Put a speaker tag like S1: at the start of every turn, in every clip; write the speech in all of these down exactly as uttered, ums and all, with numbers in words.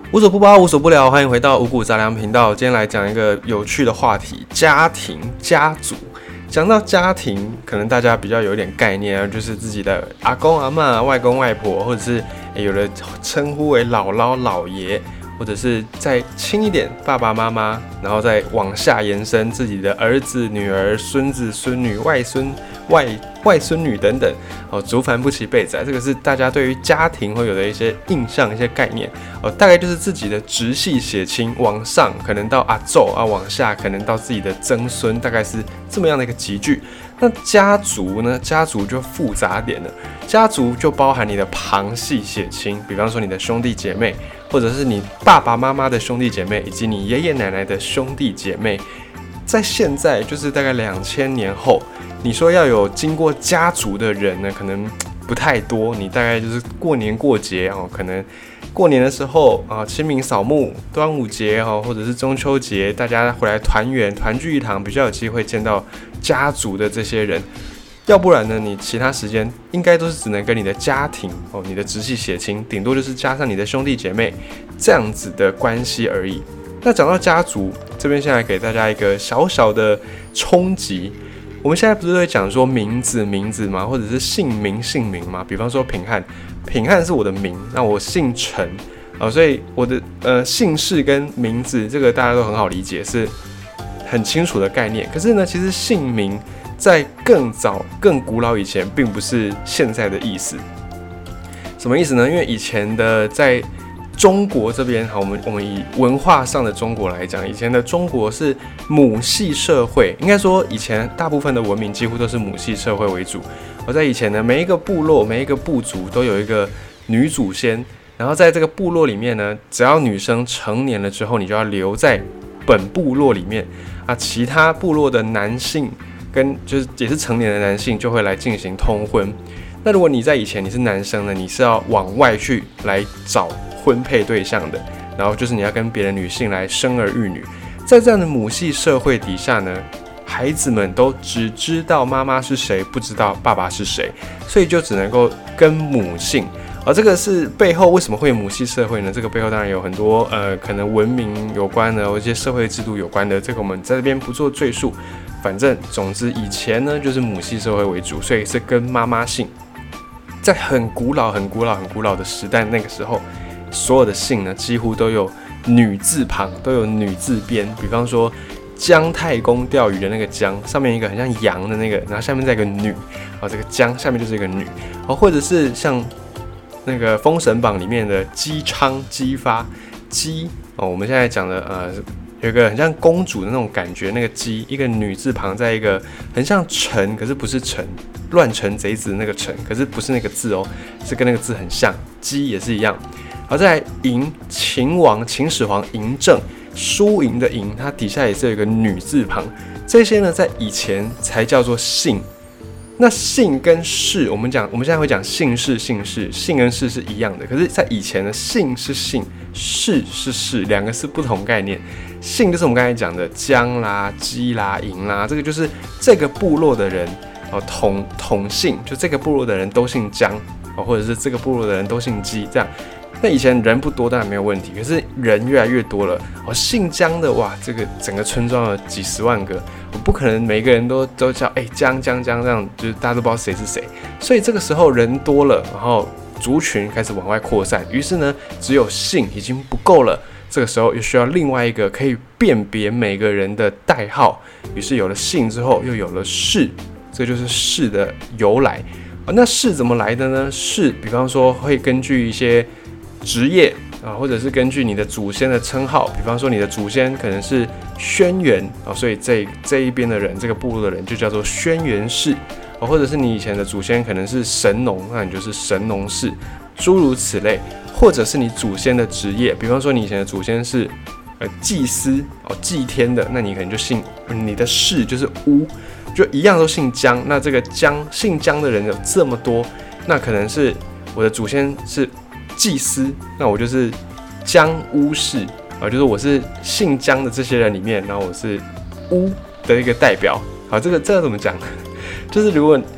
S1: 无所不包，无所不聊，欢迎回到五谷杂粮频道。今天来讲一个有趣的话题：家庭、家族。讲到家庭，可能大家比较有一点概念啊，就是自己的阿公阿嬷、外公外婆，或者是、欸、有的称呼为姥姥姥爷，或者是再轻一点爸爸妈妈，然后再往下延伸自己的儿子、女儿、孙子、孙女、外孙、外外孙女等等，哦，族繁不齐备载，这个是大家对于家庭会有的一些印象、一些概念，哦，大概就是自己的直系血亲往上，可能到阿祖啊，往下可能到自己的曾孙，大概是这么样的一个集聚。那家族呢？家族就复杂点了，家族就包含你的旁系血亲，比方说你的兄弟姐妹，或者是你爸爸妈妈的兄弟姐妹，以及你爷爷奶奶的兄弟姐妹。在现在，就是大概两千年后，你说要有经过家族的人呢，可能不太多。你大概就是过年过节哦，可能过年的时候啊，清明扫墓、端午节哦，或者是中秋节，大家回来团圆、团聚一堂，比较有机会见到家族的这些人。要不然呢，你其他时间应该都是只能跟你的家庭哦，你的直系血亲，顶多就是加上你的兄弟姐妹这样子的关系而已。那讲到家族，这边现在给大家一个小小的冲击。我们现在不是会讲说名字名字吗？或者是姓名姓名吗？比方说品汉，品汉是我的名，那我姓陈啊，所以我的呃姓氏跟名字这个大家都很好理解，是很清楚的概念。可是呢，其实姓名在更早、更古老以前，并不是现在的意思。什么意思呢？因为以前的在中国这边，好，我们我们以文化上的中国来讲，以前的中国是母系社会，应该说以前大部分的文明几乎都是母系社会为主。而在以前呢，每一个部落、每一个部族都有一个女祖先，然后在这个部落里面呢，只要女生成年了之后，你就要留在本部落里面啊，其他部落的男性跟就是也是成年的男性就会来进行通婚。那如果你在以前你是男生呢，你是要往外去来找婚配对象的，然后就是你要跟别的女性来生儿育女。在这样的母系社会底下呢，孩子们都只知道妈妈是谁，不知道爸爸是谁，所以就只能够跟母姓。而这个是背后为什么会有母系社会呢？这个背后当然有很多呃可能文明有关的，或一些社会制度有关的，这个我们在这边不做赘述。反正总之以前呢就是母系社会为主，所以是跟妈妈姓。在很古老、很古老、很古老的时代，那个时候，所有的姓呢，几乎都有女字旁，都有女字边。比方说，姜太公钓鱼的那个姜，上面一个很像羊的那个，然后下面再一个女，哦，这个姜下面就是一个女，哦，或者是像那个《封神榜》里面的姬昌、姬发、姬，哦，我们现在讲的呃。有一个很像公主的那种感觉，那个姬，一个女字旁，在一个很像陈，可是不是陈，乱臣贼子的那个陈，可是不是那个字哦，是跟那个字很像，姬也是一样。好，再来嬴，秦王、秦始皇嬴政，输赢的赢，它底下也是有一个女字旁，这些呢在以前才叫做姓。那姓跟氏，我们讲，我们现在会讲姓氏、姓氏，姓跟氏是一样的。可是，在以前呢，姓是姓，氏是氏，两个是不同概念。姓就是我们刚才讲的姜啦、姬啦、嬴啦，这个就是这个部落的人哦，统统姓，就这个部落的人都姓姜哦，或者是这个部落的人都姓姬，这样。那以前人不多，当然没有问题。可是人越来越多了，哦，姓姜的哇，这个整个村庄有几十万个，我不可能每个人都都叫哎姜姜姜这样，就是大家都不知道谁是谁。所以这个时候人多了，然后族群开始往外扩散，于是呢，只有姓已经不够了。这个时候又需要另外一个可以辨别每个人的代号，于是有了姓之后，又有了氏，这就是氏的由来。哦，那氏怎么来的呢？氏，比方说会根据一些职业啊，或者是根据你的祖先的称号，比方说你的祖先可能是轩辕啊，所以这这一边的人，这个部落的人就叫做轩辕氏啊，或者是你以前的祖先可能是神农，那你就是神农氏，诸如此类，或者是你祖先的职业，比方说你以前的祖先是呃祭司哦，祭天的，那你可能就姓你的氏就是巫，就一样都姓姜。那这个姜姓姜的人有这么多，那可能是我的祖先是祭司，那我就是姜巫氏啊，就是我是姓姜的这些人里面，然后我是巫的一个代表。好，这个这个怎么讲？就是如果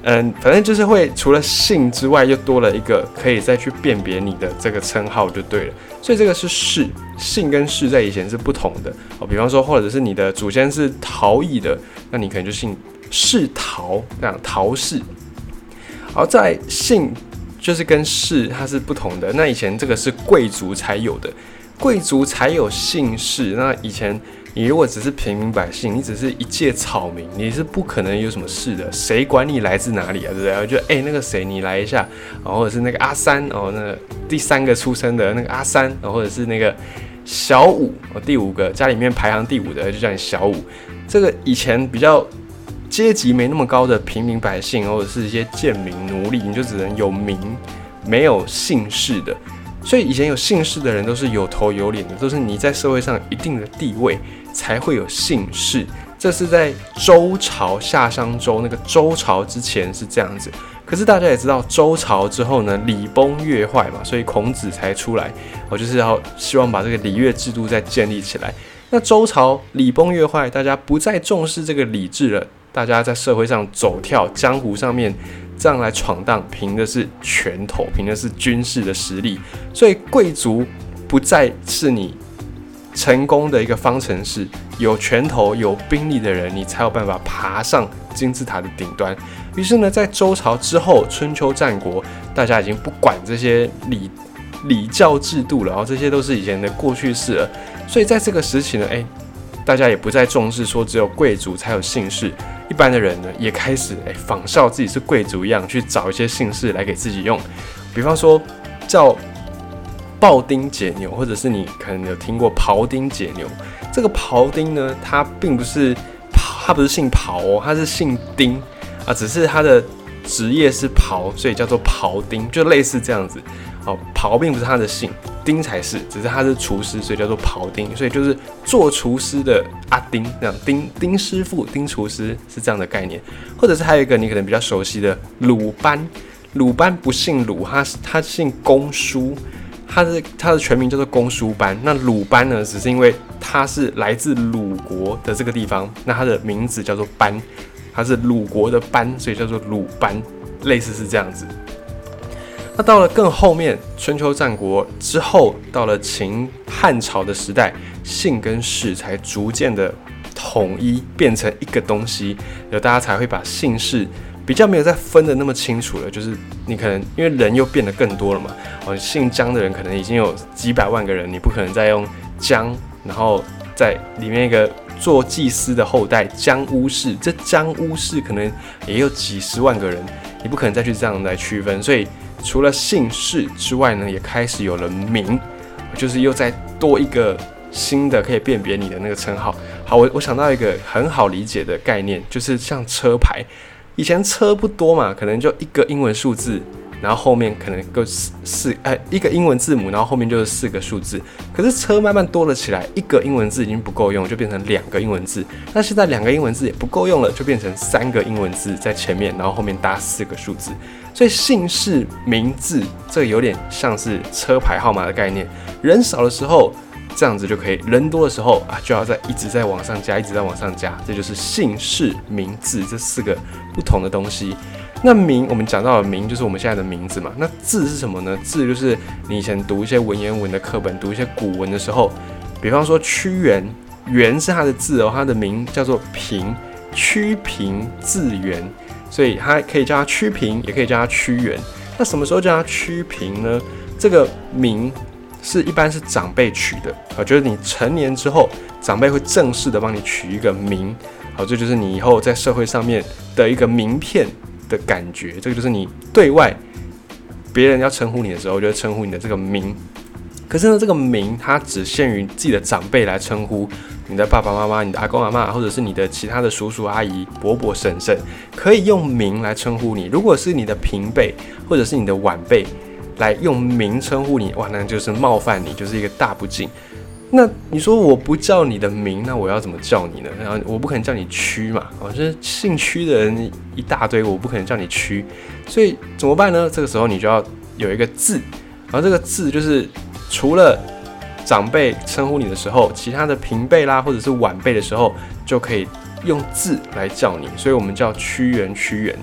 S1: 嗯，反正就是会除了姓之外，又多了一个可以再去辨别你的这个称号就对了。所以这个是氏，姓跟氏在以前是不同的哦。比方说，或者是你的祖先是陶艺的，那你可能就姓氏陶，这样陶氏。好，再来姓就是跟氏它是不同的。那以前这个是贵族才有的，贵族才有姓氏。那以前你如果只是平民百姓，你只是一介草民，你是不可能有什么事的。谁管你来自哪里啊？对不对？就哎、欸，那个谁，你来一下，然后或者是那个阿三哦，那个第三个出生的那个阿三，然后或者是那个小五哦，第五个家里面排行第五的就叫你小五。这个以前比较阶级没那么高的平民百姓，或者是一些贱民奴隶，你就只能有名没有姓氏的。所以以前有姓氏的人都是有头有脸的，都是你在社会上一定的地位才会有姓氏。这是在周朝夏商周那个周朝之前是这样子。可是大家也知道，周朝之后呢，礼崩乐坏嘛，所以孔子才出来，我就是要希望把这个礼乐制度再建立起来。那周朝礼崩乐坏，大家不再重视这个礼制了，大家在社会上走跳，江湖上面这样来闯荡，凭的是拳头，凭的是军事的实力。所以贵族不再是你成功的一个方程式，有拳头有兵力的人，你才有办法爬上金字塔的顶端。于是呢，在周朝之后，春秋战国，大家已经不管这些礼礼教制度了，然后这些都是以前的过去式了。所以在这个时期呢，哎、欸，大家也不再重视说只有贵族才有姓氏，一般的人呢也开始哎、欸、仿效自己是贵族一样，去找一些姓氏来给自己用。比方说叫庖丁解牛，或者是你可能有听过庖丁解牛。这个庖丁呢，他并不是他不是姓庖哦，他是姓丁啊，只是他的职业是庖，所以叫做庖丁，就类似这样子。哦，庖并不是他的姓，丁才是，只是他是厨师，所以叫做庖丁。所以就是做厨师的阿丁，这样丁丁师傅、丁厨师是这样的概念。或者是还有一个你可能比较熟悉的鲁班，鲁班不姓鲁，他他姓公输。他的他的全名叫做公输班，那鲁班呢，只是因为他是来自鲁国的这个地方，那他的名字叫做班，他是鲁国的班，所以叫做鲁班，类似是这样子。那到了更后面，春秋战国之后，到了秦汉朝的时代，姓跟氏才逐渐的统一，变成一个东西，有大家才会把姓氏比较没有再分的那么清楚了，就是你可能因为人又变得更多了嘛，哦，姓姜的人可能已经有几百万个人，你不可能再用姜，然后在里面一个做祭司的后代姜巫氏，这姜巫氏可能也有几十万个人，你不可能再去这样来区分，所以除了姓氏之外呢，也开始有了名，就是又再多一个新的可以辨别你的那个称号。好，我我想到一个很好理解的概念，就是像车牌。以前车不多嘛，可能就一个英文数字，然后后面可能够四呃一个英文字母，然后后面就是四个数字。可是车慢慢多了起来，一个英文字已经不够用，就变成两个英文字。那现在两个英文字也不够用了，就变成三个英文字在前面，然后后面搭四个数字。所以姓氏名字这个有点像是车牌号码的概念。人少的时候这样子就可以，人多的时候啊就要再一直在往上加，一直在往上加。这就是姓氏名字这四个不同的东西。那名我们讲到的名就是我们现在的名字嘛。那字是什么呢？字就是你以前读一些文言文的课本，读一些古文的时候，比方说屈原，原是他的字哦，他的名叫做平，屈平字原，所以他可以叫他屈平，也可以叫他屈原。那什么时候叫他屈平呢？这个名是一般是长辈取的，啊，就是你成年之后，长辈会正式的帮你取一个名，好，这就是你以后在社会上面的一个名片的感觉，这个就是你对外别人要称呼你的时候，就会称呼你的这个名。可是呢，这个名它只限于自己的长辈来称呼，你的爸爸妈妈、你的阿公阿嬷，或者是你的其他的叔叔阿姨、伯伯婶婶，可以用名来称呼你。如果是你的平辈或者是你的晚辈来用名称呼你，哇，那就是冒犯你，就是一个大不敬。那你说我不叫你的名，那我要怎么叫你呢？然后我不可能叫你屈嘛，哦，就是姓屈的人一大堆，我不可能叫你屈，所以怎么办呢？这个时候你就要有一个字，然后这个字就是除了长辈称呼你的时候，其他的平辈啦或者是晚辈的时候，就可以用字来叫你，所以我们叫屈原屈原。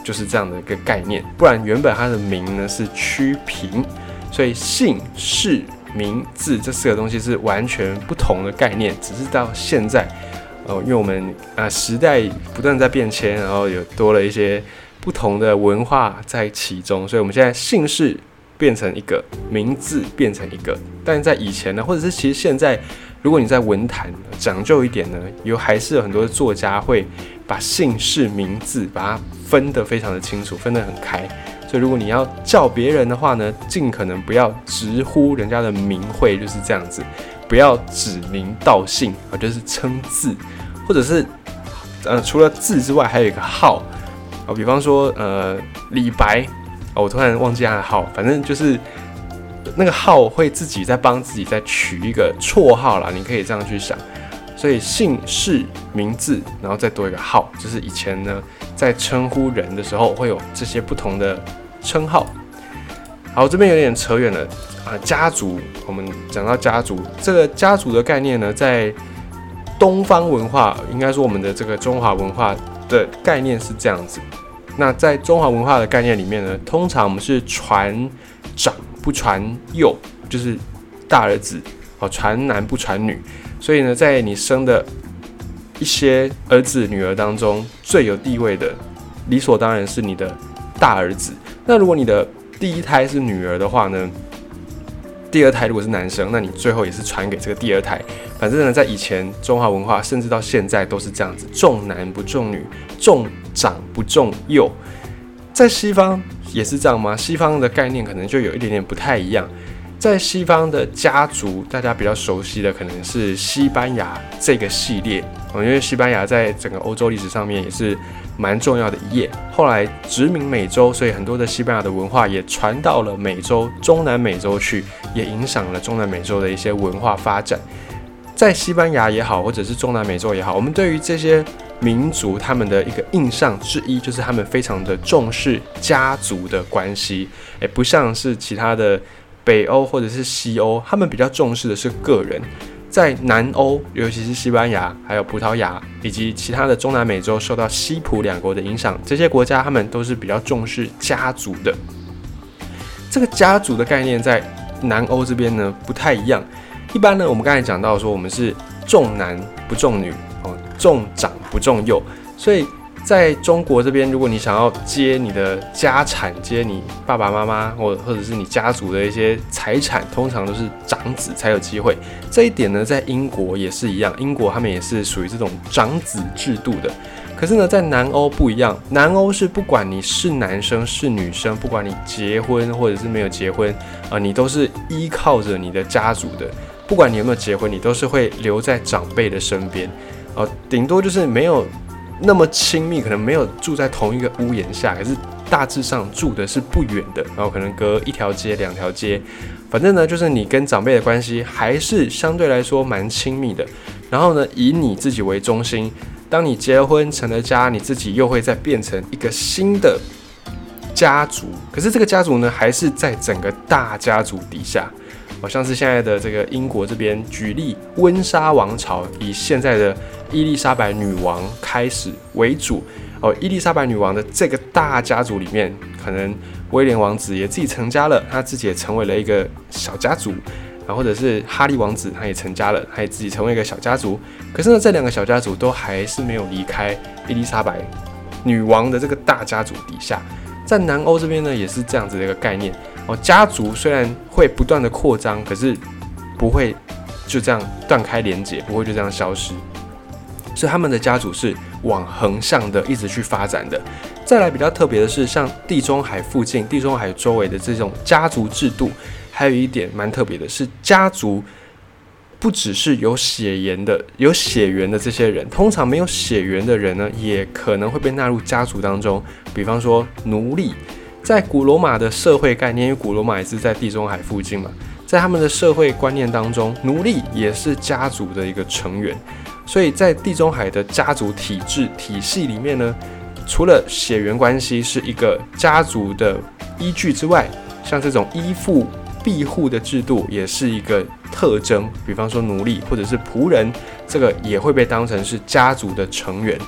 S1: 就是这样的一个概念，不然原本它的名呢是屈平，所以姓氏名字这四个东西是完全不同的概念，只是到现在，呃，因为我们啊、呃、时代不断在变迁，然后有多了一些不同的文化在其中，所以我们现在姓氏变成一个，名字变成一个，但在以前呢，或者是其实现在，如果你在文坛讲究一点呢，有还是有很多的作家会把姓氏名字把它分得非常的清楚，分得很开。所以如果你要叫别人的话呢，尽可能不要直呼人家的名讳，就是这样子，不要指名道姓啊，就是称字，或者是呃除了字之外，还有一个号啊，比方说呃李白。哦，我突然忘记他的号，反正就是那个号会自己在帮自己再取一个绰号啦，你可以这样去想。所以姓氏名字，然后再多一个号，就是以前呢在称呼人的时候会有这些不同的称号。好，这边有点扯远了啊、呃。家族，我们讲到家族，这个家族的概念呢，在东方文化，应该说我们的这个中华文化的概念是这样子。那在中华文化的概念里面呢，通常我们是传长不传幼，就是大儿子哦，传男不传女。所以呢，在你生的一些儿子女儿当中，最有地位的，理所当然是你的大儿子。那如果你的第一胎是女儿的话呢，第二胎如果是男生，那你最后也是传给这个第二胎。反正呢，在以前中华文化，甚至到现在都是这样子，重男不重女，重长不重幼。在西方也是这样吗？西方的概念可能就有一点点不太一样。在西方的家族，大家比较熟悉的可能是西班牙这个系列，因为西班牙在整个欧洲历史上面也是蛮重要的一页。后来殖民美洲，所以很多的西班牙的文化也传到了美洲、中南美洲去，也影响了中南美洲的一些文化发展。在西班牙也好，或者是中南美洲也好，我们对于这些民族他们的一个印象之一，就是他们非常的重视家族的关系，也不像是其他的北欧或者是西欧，他们比较重视的是个人。在南欧，尤其是西班牙、还有葡萄牙以及其他的中南美洲，受到西葡两国的影响，这些国家他们都是比较重视家族的。这个家族的概念在南欧这边呢不太一样。一般呢，我们刚才讲到说，我们是重男不重女，哦，重长不重幼，所以在中国这边，如果你想要接你的家产，接你爸爸妈妈或或者是你家族的一些财产，通常都是长子才有机会。这一点呢，在英国也是一样，英国他们也是属于这种长子制度的。可是呢，在南欧不一样，南欧是不管你是男生是女生，不管你结婚或者是没有结婚，啊、呃，你都是依靠着你的家族的。不管你有没有结婚，你都是会留在长辈的身边，哦，顶多就是没有那么亲密，可能没有住在同一个屋檐下，可是大致上住的是不远的，然后可能隔一条街、两条街，反正呢，就是你跟长辈的关系还是相对来说蛮亲密的。然后呢，以你自己为中心，当你结婚成了家，你自己又会再变成一个新的家族，可是这个家族呢，还是在整个大家族底下。好像是现在的这个英国这边，举例温莎王朝，以现在的伊丽莎白女王开始为主哦。伊丽莎白女王的这个大家族里面，可能威廉王子也自己成家了，他自己也成为了一个小家族，啊，或者是哈利王子他也成家了，他也自己成为一个小家族。可是呢，这两个小家族都还是没有离开伊丽莎白女王的这个大家族底下。在南欧这边呢，也是这样子的一个概念。哦，家族虽然会不断的扩张，可是不会就这样断开连结，不会就这样消失。所以他们的家族是往横向的一直去发展的。再来比较特别的是，像地中海附近、地中海周围的这种家族制度，还有一点蛮特别的是，家族不只是有血缘的、有血缘的这些人，通常没有血缘的人呢，也可能会被纳入家族当中。比方说奴隶。在古罗马的社会概念，因为古罗马也是在地中海附近嘛，在他们的社会观念当中，奴隶也是家族的一个成员。所以在地中海的家族体制体系里面呢，除了血缘关系是一个家族的依据之外，像这种依附庇护的制度也是一个特征。比方说奴隶或者是仆人，这个也会被当成是家族的成员。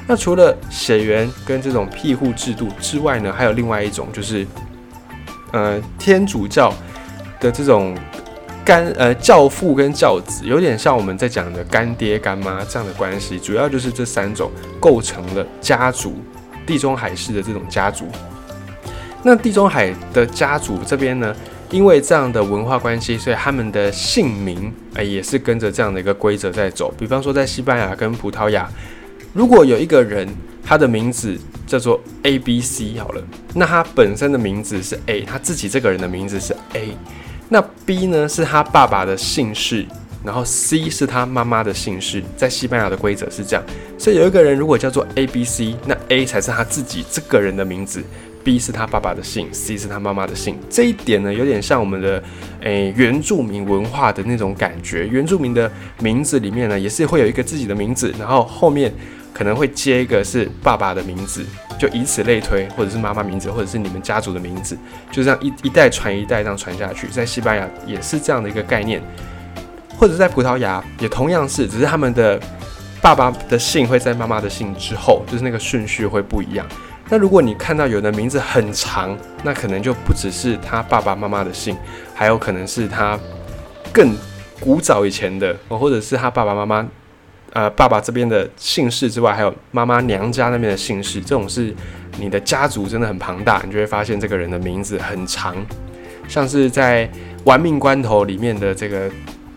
S1: 那除了血缘跟这种庇护制度之外呢，还有另外一种就是呃天主教的这种干呃教父跟教子，有点像我们在讲的干爹干妈这样的关系，主要就是这三种构成了家族，地中海式的这种家族。那地中海的家族这边呢，因为这样的文化关系，所以他们的姓名、呃、也是跟着这样的一个规则在走。比方说在西班牙跟葡萄牙，如果有一个人他的名字叫做 A B C 好了，那他本身的名字是 A， 他自己这个人的名字是 A， 那 B 呢是他爸爸的姓氏，然后 C 是他妈妈的姓氏，在西班牙的规则是这样。所以有一个人如果叫做 A B C， 那 A 才是他自己这个人的名字， B 是他爸爸的姓， C 是他妈妈的姓。这一点呢，有点像我们的、欸、原住民文化的那种感觉。原住民的名字里面呢，也是会有一个自己的名字，然后后面可能会接一个是爸爸的名字，就以此类推，或者是妈妈名字，或者是你们家族的名字，就这样 一, 一代传一代这样传下去。在西班牙也是这样的一个概念，或者在葡萄牙也同样是，只是他们的爸爸的姓会在妈妈的姓之后，就是那个顺序会不一样。那如果你看到有的名字很长，那可能就不只是他爸爸妈妈的姓，还有可能是他更古早以前的，或者是他爸爸妈妈呃爸爸这边的姓氏之外，还有妈妈娘家那边的姓氏。这种是你的家族真的很庞大，你就会发现这个人的名字很长。像是在《玩命关头》里面的这个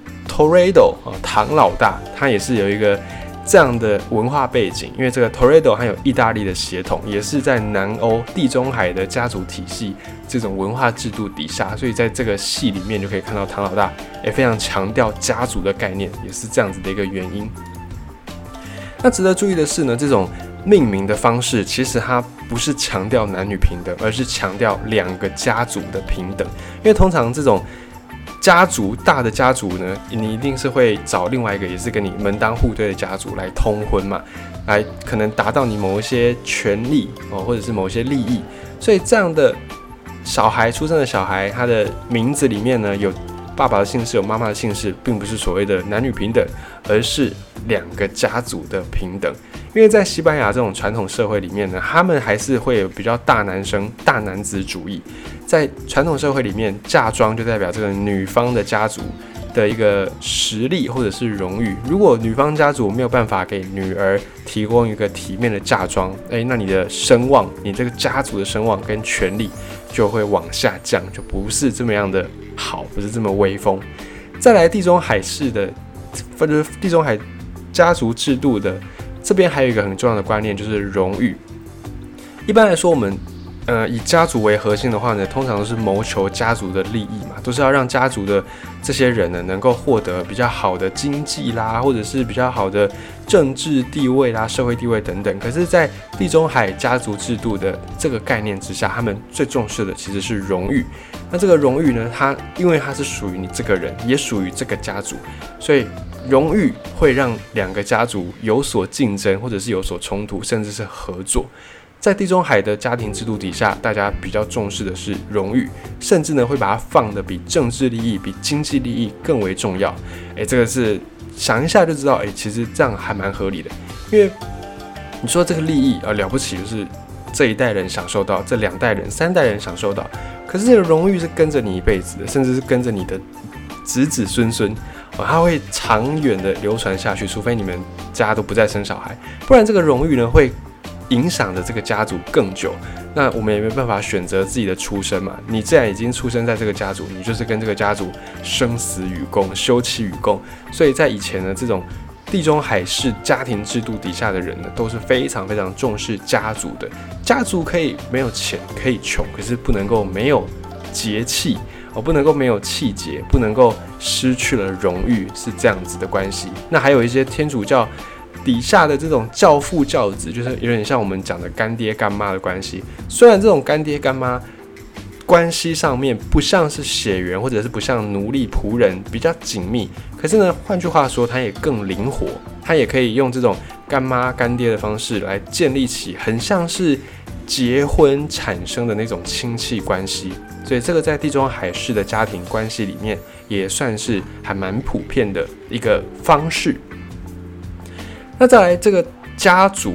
S1: Toredo、哦、唐老大，他也是有一个这样的文化背景，因为这个 Toredo 还有意大利的血统，也是在南欧地中海的家族体系这种文化制度底下，所以在这个戏里面就可以看到唐老大也非常强调家族的概念，也是这样子的一个原因。那值得注意的是呢，这种命名的方式其实它不是强调男女平等，而是强调两个家族的平等。因为通常这种家族大的家族呢，你一定是会找另外一个也是跟你门当户对的家族来通婚嘛，来可能达到你某一些权利、哦、或者是某些利益。所以这样的小孩出生的小孩，他的名字里面呢有爸爸的姓氏有妈妈的姓氏，并不是所谓的男女平等，而是两个家族的平等。因为在西班牙这种传统社会里面呢，他们还是会有比较大男生、大男子主义。在传统社会里面，嫁妆就代表这个女方的家族的一个实力或者是荣誉。如果女方家族没有办法给女儿提供一个体面的嫁妆，欸、那你的声望，你这个家族的声望跟权力就会往下降，就不是这么样的好，不是这么威风。再来，地中海式的，或者地中海家族制度的。这边还有一个很重要的观念，就是荣誉。一般来说，我们呃以家族为核心的话呢，通常都是谋求家族的利益嘛，都是要让家族的这些人呢能够获得比较好的经济啦，或者是比较好的政治地位啦、社会地位等等。可是，在地中海家族制度的这个概念之下，他们最重视的其实是荣誉。那这个荣誉呢，它因为它是属于你这个人，也属于这个家族，所以荣誉会让两个家族有所竞争，或者是有所冲突，甚至是合作。在地中海的家庭制度底下，大家比较重视的是荣誉，甚至呢会把它放得比政治利益、比经济利益更为重要。哎，这个是想一下就知道，哎，其实这样还蛮合理的。因为你说这个利益啊了不起，就是这一代人享受到，这两代人、三代人享受到。可是这个荣誉是跟着你一辈子的，甚至是跟着你的子子孙孙。哦、它会长远的流传下去，除非你们家都不再生小孩，不然这个荣誉呢会影响着这个家族更久。那我们也没办法选择自己的出身嘛，你既然已经出生在这个家族，你就是跟这个家族生死与共、休戚与共。所以在以前呢，这种地中海式家庭制度底下的人呢，都是非常非常重视家族的。家族可以没有钱，可以穷，可是不能够没有节气。我、哦、不能够没有气节，不能够失去了荣誉，是这样子的关系。那还有一些天主教底下的这种教父教子，就是有点像我们讲的干爹干妈的关系。虽然这种干爹干妈关系上面不像是血缘，或者是不像奴隶仆人比较紧密，可是呢，换句话说，它也更灵活，它也可以用这种干妈干爹的方式来建立起很像是结婚产生的那种亲戚关系。所以这个在地中海式的家庭关系里面也算是还蛮普遍的一个方式。那再来，这个家族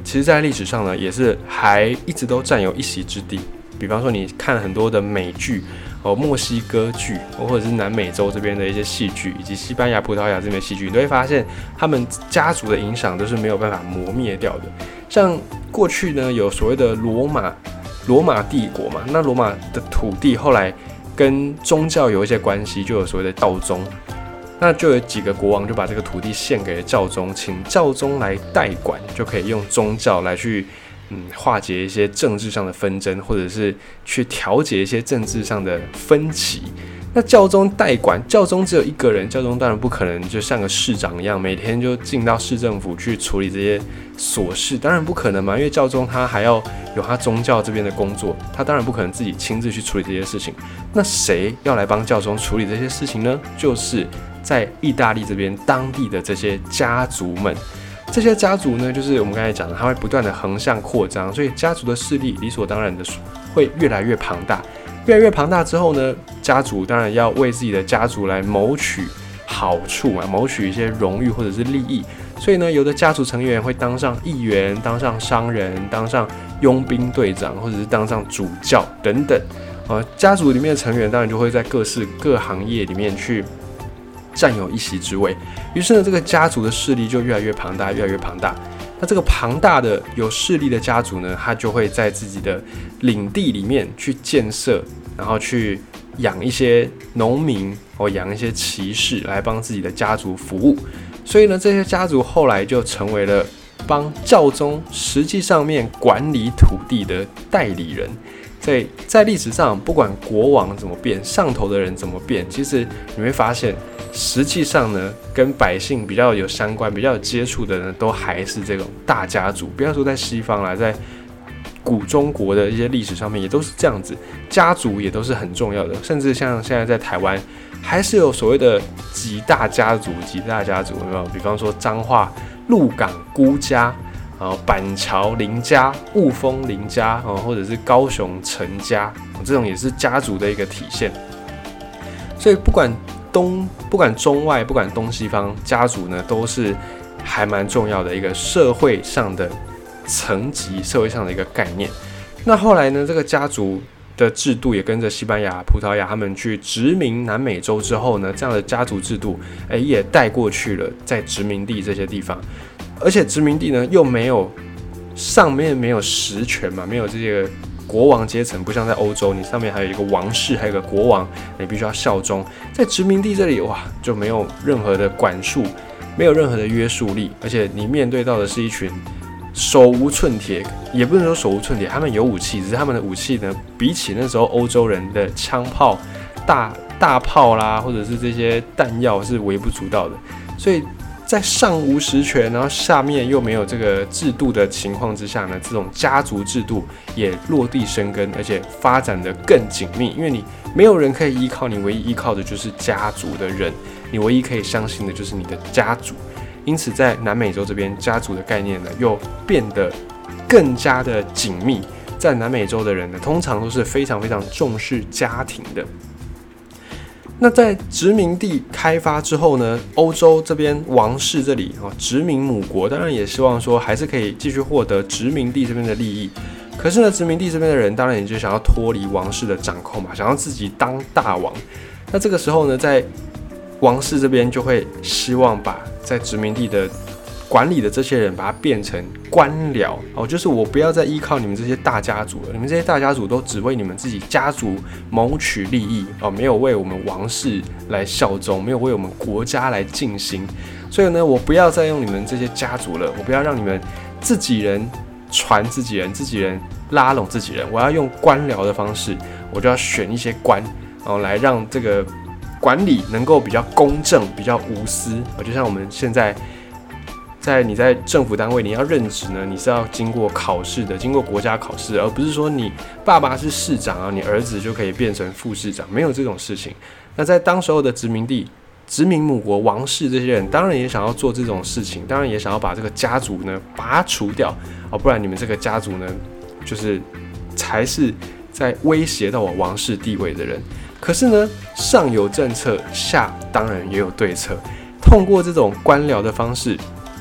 S1: 其实在历史上呢，也是还一直都占有一席之地。比方说，你看很多的美剧哦，墨西哥剧，或者是南美洲这边的一些戏剧，以及西班牙、葡萄牙这边的戏剧，你都会发现，他们家族的影响都是没有办法磨灭掉的。像过去呢，有所谓的罗马罗马帝国嘛，那罗马的土地后来跟宗教有一些关系，就有所谓的教宗。那就有几个国王就把这个土地献给了教宗，请教宗来代管，就可以用宗教来去嗯化解一些政治上的纷争，或者是去调节一些政治上的分歧。那教宗代管，教宗只有一个人，教宗当然不可能就像个市长一样，每天就进到市政府去处理这些琐事，当然不可能嘛，因为教宗他还要有他宗教这边的工作，他当然不可能自己亲自去处理这些事情。那谁要来帮教宗处理这些事情呢？就是在意大利这边当地的这些家族们。这些家族呢，就是我们刚才讲的，它会不断的横向扩张，所以家族的势力理所当然的会越来越庞大。越来越庞大之后呢，家族当然要为自己的家族来谋取好处嘛，谋取一些荣誉或者是利益。所以呢，有的家族成员会当上议员，当上商人，当上佣兵队长，或者是当上主教等等。呃，家族里面的成员当然就会在各式各行业里面去占有一席之位。于是呢，这个家族的势力就越来越庞大，越来越庞大。那这个庞大的有势力的家族呢，他就会在自己的领地里面去建设，然后去养一些农民或养一些骑士来帮自己的家族服务。所以呢，这些家族后来就成为了帮教宗实际上面管理土地的代理人。所以在历史上，不管国王怎么变，上头的人怎么变，其实你会发现，实际上呢，跟百姓比较有相关、比较有接触的呢，都还是这种大家族。不要说在西方啦，在古中国的一些历史上面也都是这样子，家族也都是很重要的。甚至像现在在台湾，还是有所谓的几大家族、几大家族，有没有？比方说彰化鹿港辜家。啊，板桥林家、雾峰林家，哦，或者是高雄陈家，哦，这种也是家族的一个体现。所以不管东、不管中外、不管东西方，家族呢都是还蛮重要的一个社会上的层级、社会上的一个概念。那后来呢，这个家族的制度也跟着西班牙、葡萄牙他们去殖民南美洲之后呢，这样的家族制度，哎，也带过去了在殖民地这些地方。而且殖民地呢又没有上面没有实权嘛，没有这些国王阶层，不像在欧洲，你上面还有一个王室，还有一个国王，你必须要效忠。在殖民地这里，哇，就没有任何的管束，没有任何的约束力，而且你面对到的是一群手无寸铁，也不能说手无寸铁，他们有武器，只是他们的武器呢，比起那时候欧洲人的枪炮、大大炮啦，或者是这些弹药是微不足道的，所以。在上无实权，然后下面又没有这个制度的情况之下呢，这种家族制度也落地生根，而且发展得更紧密。因为你没有人可以依靠，你唯一依靠的就是家族的人，你唯一可以相信的就是你的家族。因此，在南美洲这边，家族的概念呢又变得更加的紧密。在南美洲的人呢，通常都是非常非常重视家庭的。那在殖民地开发之后呢，欧洲这边王室这里殖民母国当然也希望说还是可以继续获得殖民地这边的利益，可是呢，殖民地这边的人当然也就想要脱离王室的掌控嘛，想要自己当大王。那这个时候呢，在王室这边就会希望把在殖民地的管理的这些人把它变成官僚哦，就是我不要再依靠你们这些大家族了，你们这些大家族都只为你们自己家族谋取利益哦，没有为我们王室来效忠，没有为我们国家来尽心。所以呢，我不要再用你们这些家族了，我不要让你们自己人传自己人，自己人拉拢自己人，我要用官僚的方式，我就要选一些官哦，来让这个管理能够比较公正、比较无私。就像我们现在。在你在政府单位你要任职呢，你是要经过考试的，经过国家考试，而不是说你爸爸是市长啊，你儿子就可以变成副市长，没有这种事情。那在当时候的殖民地、殖民母国王室这些人，当然也想要做这种事情，当然也想要把这个家族呢拔除掉哦，不然你们这个家族呢，就是才是在威胁到我王室地位的人。可是呢，上有政策，下当然也有对策。通过这种官僚的方式。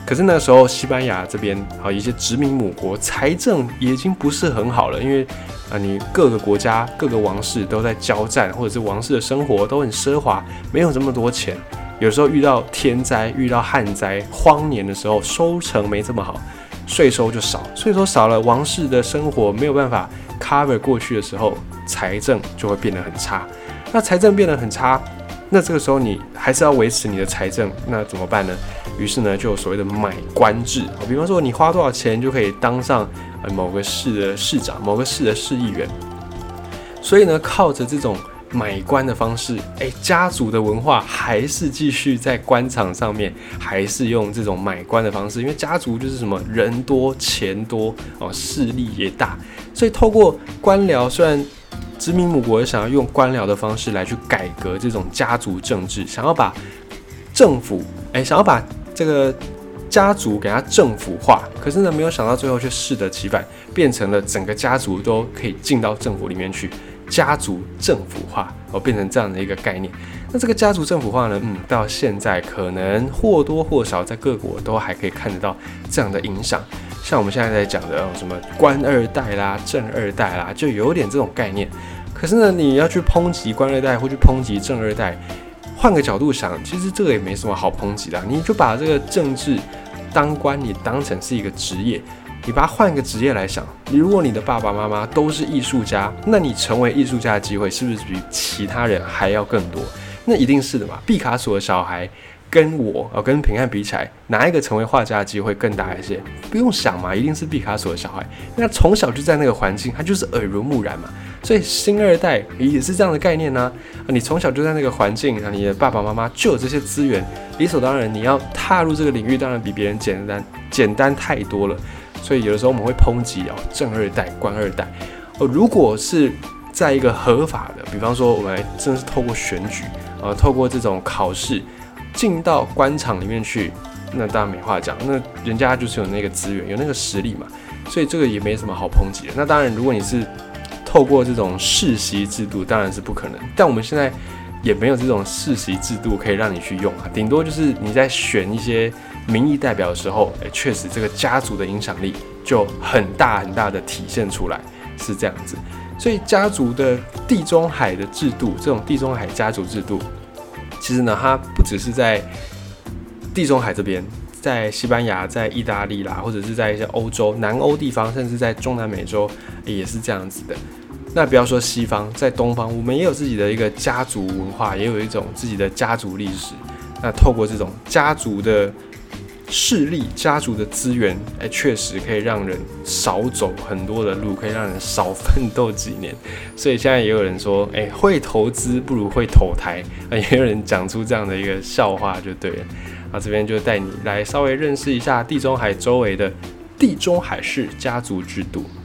S1: 可是那个时候西班牙这边啊，一些殖民母国财政也已经不是很好了，因为啊，你各个国家各个王室都在交战，或者是王室的生活都很奢华，没有这么多钱。有时候遇到天灾、遇到旱灾、荒年的时候，收成没这么好，税收就少，税收少了，王室的生活没有办法 cover 过去的时候，财政就会变得很差。那财政变得很差，那这个时候你还是要维持你的财政，那怎么办呢？于是呢，就有所谓的买官制，比方说你花多少钱就可以当上某个市的市长，某个市的市议员。所以呢，靠着这种买官的方式，哎，家族的文化还是继续在官场上面，还是用这种买官的方式，因为家族就是什么人多钱多哦，势力也大，所以透过官僚，虽然殖民母国想要用官僚的方式来去改革这种家族政治，想要把政府，哎，想要把这个家族给它政府化，可是呢，没有想到最后却适得其反，变成了整个家族都可以进到政府里面去，家族政府化，哦，变成这样的一个概念。那这个家族政府化呢，嗯，到现在可能或多或少在各国都还可以看得到这样的影响。像我们现在在讲的、哦、什么官二代啦、正二代啦，就有点这种概念。可是呢，你要去抨击官二代或去抨击正二代，换个角度想，其实这个也没什么好抨击的、啊。你就把这个政治当官，你当成是一个职业，你把它换一个职业来想。你如果你的爸爸妈妈都是艺术家，那你成为艺术家的机会是不是比其他人还要更多？那一定是的嘛。毕卡索的小孩跟我、哦、跟平汉比起来，哪一个成为画家的机会更大一些？不用想嘛，一定是毕卡索的小孩，因为他从小就在那个环境，他就是耳濡目染嘛。所以新二代也是这样的概念呢、啊。你从小就在那个环境，你的爸爸妈妈就有这些资源，理所当然你要踏入这个领域，当然比别人简单简单太多了。所以有的时候我们会抨击哦，正二代、官二代哦，如果是在一个合法的，比方说我们真的是透过选举，呃，透过这种考试进到官场里面去，那当然没话讲，那人家就是有那个资源，有那个实力嘛，所以这个也没什么好抨击的。那当然，如果你是透过这种世袭制度，当然是不可能。但我们现在也没有这种世袭制度可以让你去用啊，顶多就是你在选一些民意代表的时候，哎，确实这个家族的影响力就很大很大的体现出来，是这样子。所以家族的地中海的制度，这种地中海家族制度，其实呢，它不只是在地中海这边，在西班牙、在意大利啦，或者是在一些欧洲、南欧地方，甚至在中南美洲也是这样子的。那不要说西方，在东方，我们也有自己的一个家族文化，也有一种自己的家族历史。那透过这种家族的势力、家族的资源，哎，确实可以让人少走很多的路，可以让人少奋斗几年。所以现在也有人说，哎，会投资不如会投胎，也有人讲出这样的一个笑话就对了。啊，这边就带你来稍微认识一下地中海周围的地中海式家族制度。